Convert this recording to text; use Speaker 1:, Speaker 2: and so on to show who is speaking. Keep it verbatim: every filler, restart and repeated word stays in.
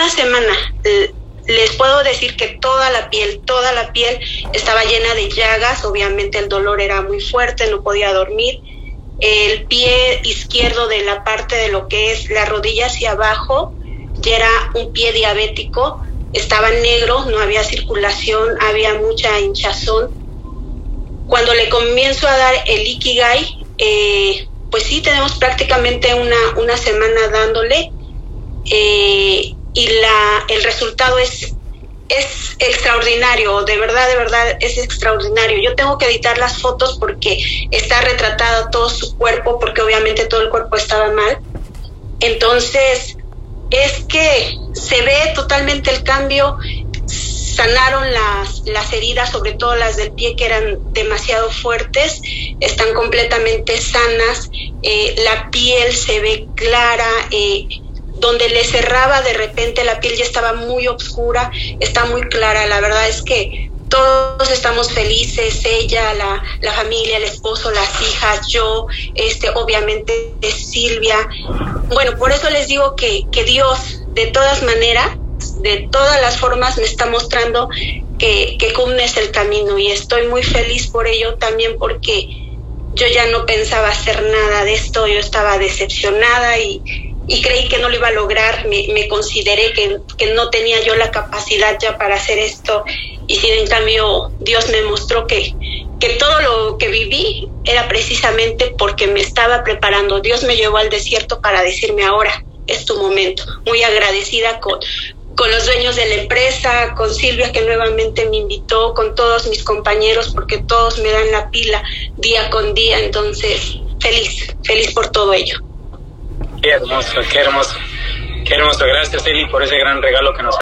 Speaker 1: una semana. Les puedo decir que toda la piel, toda la piel estaba llena de llagas. Obviamente el dolor era muy fuerte, no podía dormir. El pie izquierdo de la parte de lo que es la rodilla hacia abajo, ya era un pie diabético, estaba negro, no había circulación, había mucha hinchazón. Cuando le comienzo a dar el Ikigai, eh, pues sí, tenemos prácticamente una, una semana dándole, eh, y la, el resultado es, es extraordinario, de verdad, de verdad es extraordinario. Yo tengo que editar las fotos porque está retratado todo su cuerpo, porque obviamente todo el cuerpo estaba mal. Entonces, es que se ve totalmente el cambio. Sanaron las, las heridas, sobre todo las del pie, que eran demasiado fuertes, están completamente sanas. Eh, la piel se ve clara, eh, donde le cerraba de repente la piel ya estaba muy oscura, está muy clara. La verdad es que todos estamos felices, ella, la, la familia, el esposo, las hijas, yo, este, obviamente Silvia. Bueno, por eso les digo que, que Dios, de todas maneras, de todas las formas, me está mostrando que, que K U M es el camino, y estoy muy feliz por ello, también porque yo ya no pensaba hacer nada de esto. Yo estaba decepcionada y, y creí que no lo iba a lograr. Me, me consideré que, que no tenía yo la capacidad ya para hacer esto, y sí, en cambio Dios me mostró que, que todo lo que viví era precisamente porque me estaba preparando. Dios me llevó al desierto para decirme: ahora es tu momento. Muy agradecida con, con los dueños de la empresa, con Silvia, que nuevamente me invitó, con todos mis compañeros, porque todos me dan la pila día con día. Entonces, feliz, feliz por todo ello.
Speaker 2: Qué hermoso, qué hermoso, qué hermoso. Gracias, Eli, por ese gran regalo que nos